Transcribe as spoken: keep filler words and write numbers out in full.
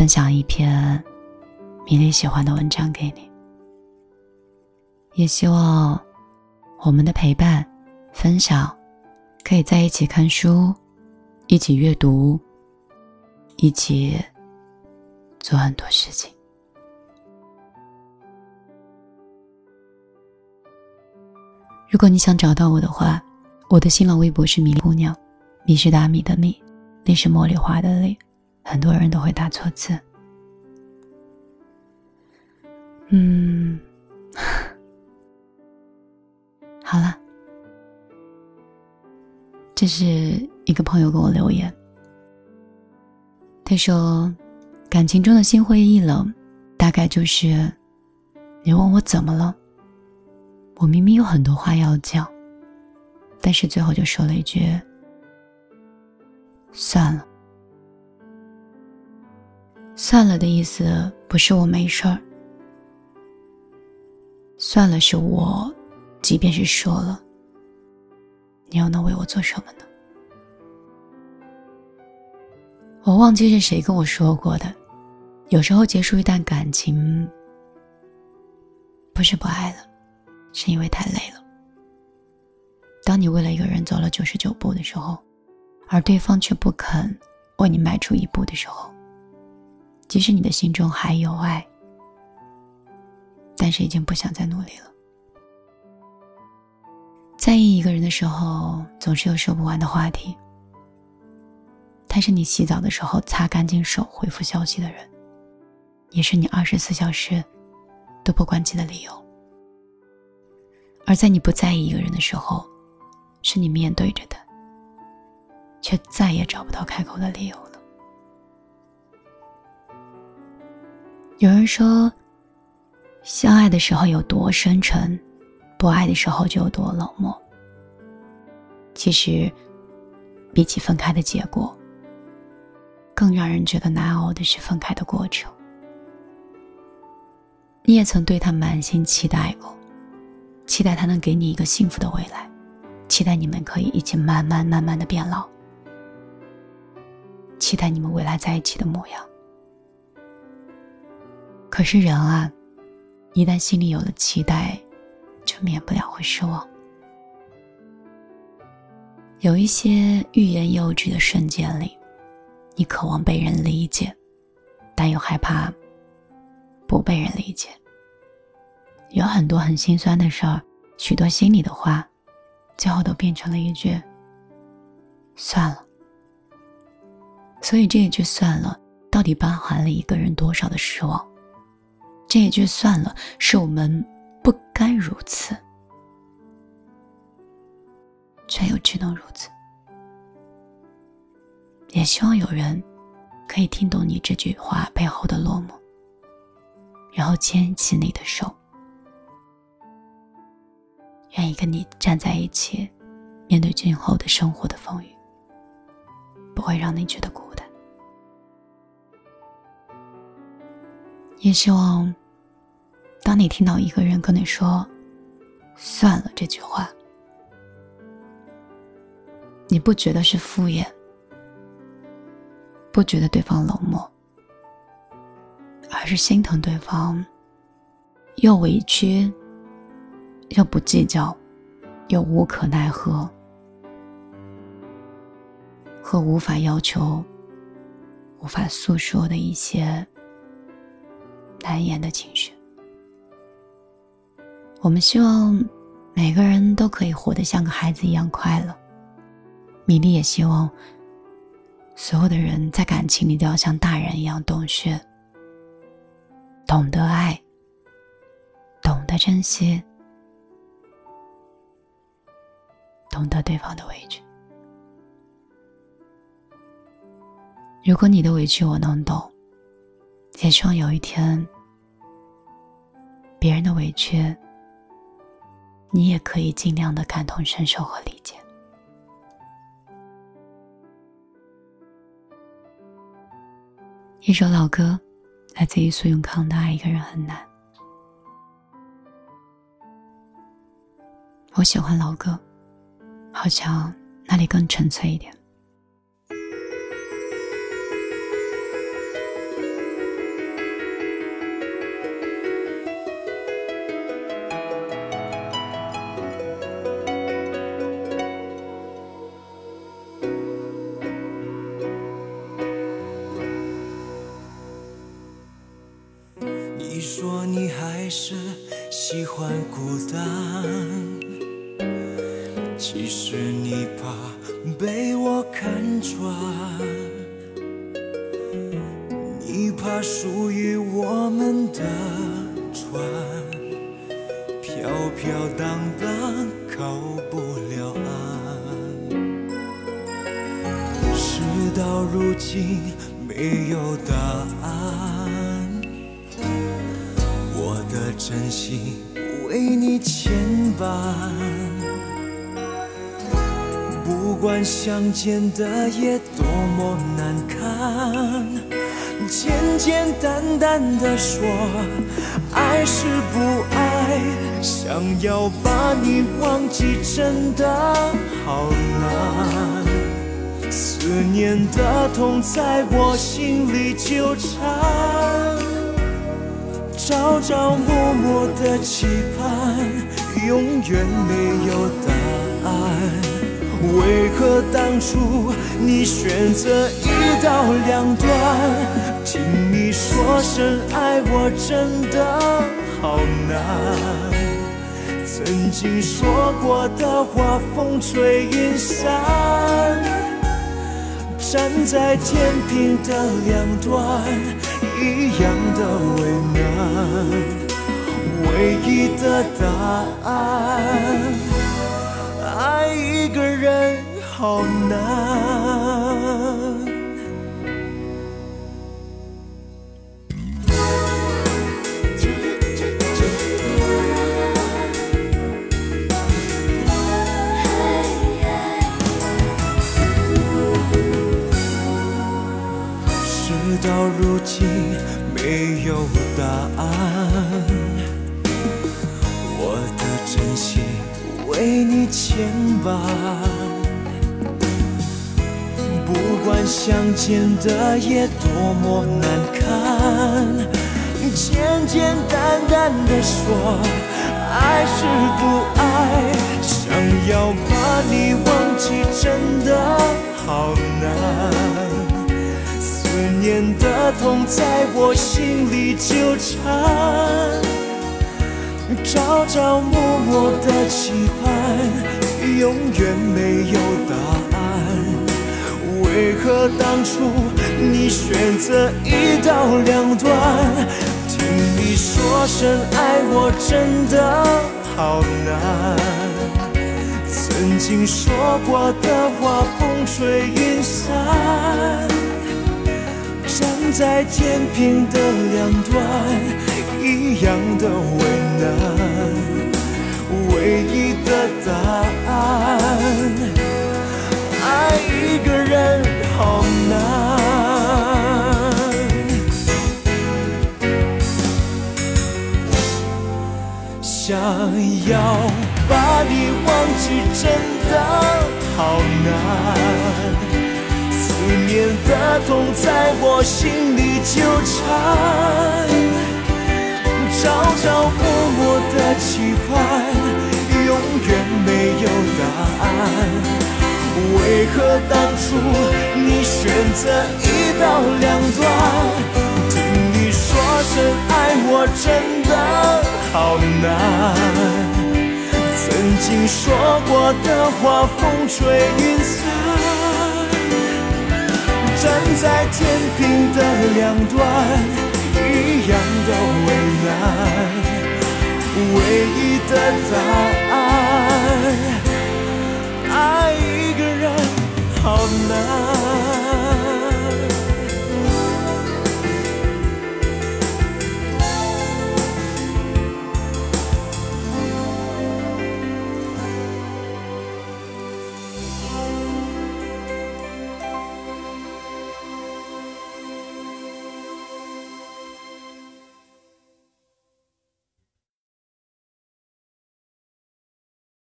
分享一篇米粒喜欢的文章给你，也希望我们的陪伴分享可以在一起看书，一起阅读，一起做很多事情。如果你想找到我的话，我的新浪微博是米粒姑娘，米是大米的米，粒是茉莉花的粒，很多人都会打错字。嗯，好了，这是一个朋友给我留言，他说感情中的心灰意冷大概就是你问我怎么了，我明明有很多话要讲，但是最后就说了一句算了。算了的意思不是我没事儿，算了是我即便是说了，你又能为我做什么呢？我忘记是谁跟我说过的，有时候结束一段感情不是不爱了，是因为太累了。当你为了一个人走了九十九步的时候，而对方却不肯为你迈出一步的时候，即使你的心中还有爱，但是已经不想再努力了。在意一个人的时候，总是有说不完的话题。他是你洗澡的时候擦干净手回复消息的人，也是你二十四小时都不关机的理由。而在你不在意一个人的时候，是你面对着他，却再也找不到开口的理由了。有人说，相爱的时候有多深沉，不爱的时候就有多冷漠。其实比起分开的结果，更让人觉得难熬的是分开的过程。你也曾对他满心期待过，期待他能给你一个幸福的未来，期待你们可以一起慢慢慢慢的变老，期待你们未来在一起的模样。可是人啊，一旦心里有了期待，就免不了会失望。有一些欲言又止的瞬间里，你渴望被人理解，但又害怕不被人理解。有很多很心酸的事儿，许多心里的话，最后都变成了一句算了。所以这一句算了，到底包含了一个人多少的失望？这一句算了，是我们不该如此，却又只能如此。也希望有人可以听懂你这句话背后的落寞，然后牵起你的手，愿意跟你站在一起，面对今后的生活的风雨，不会让你觉得孤单。也希望当你听到一个人跟你说算了这句话，你不觉得是敷衍，不觉得对方冷漠，而是心疼对方又委屈又不计较又无可奈何，和无法要求无法诉说的一些难言的情绪。我们希望每个人都可以活得像个孩子一样快乐，米粒也希望所有的人在感情里都要像大人一样懂事，懂得爱，懂得珍惜，懂得对方的委屈。如果你的委屈我能懂，也希望有一天别人的委屈你也可以尽量的感同身受和理解。一首老歌，来自于苏永康的《爱一个人很难》。我喜欢老歌，好像那里更纯粹一点。 说你还是喜欢孤单，其实你怕被我看穿，你怕属于我们的船飘飘荡荡靠不了岸，事到如今没有答案，我的真心为你牵绊，不管相见的夜多么难看，简简单单的说爱是不爱，想要把你忘记真的好难，思念的痛在我心里纠缠，朝朝暮暮的期盼永远没有答案，为何当初你选择一刀两断，听你说声爱我真的好难，曾经说过的话风吹云散，站在天平的两端一样的为难，唯一的答案，爱一个人好难。事到如今没有答案，我的真心为你牵绊，不管相见的夜多么难看，简简单单的说爱是不爱，想要把你忘记真的好难，思念的痛在我心里纠缠，朝朝暮暮的期盼永远没有答案，为何当初你选择一刀两断，听你说声爱我真的好难，曾经说过的话风吹云散，站在天平的两端一样的为难，唯一的答案，爱一个人好难，想要把你忘记真的好难，思念的痛在我心里纠缠，朝朝暮暮的期盼永远没有答案，为何当初你选择一刀两断，听你说声爱我真的好难，曾经说过的话风吹云散，站在天平的两端一样的为难，唯一的答案，爱一个人好难。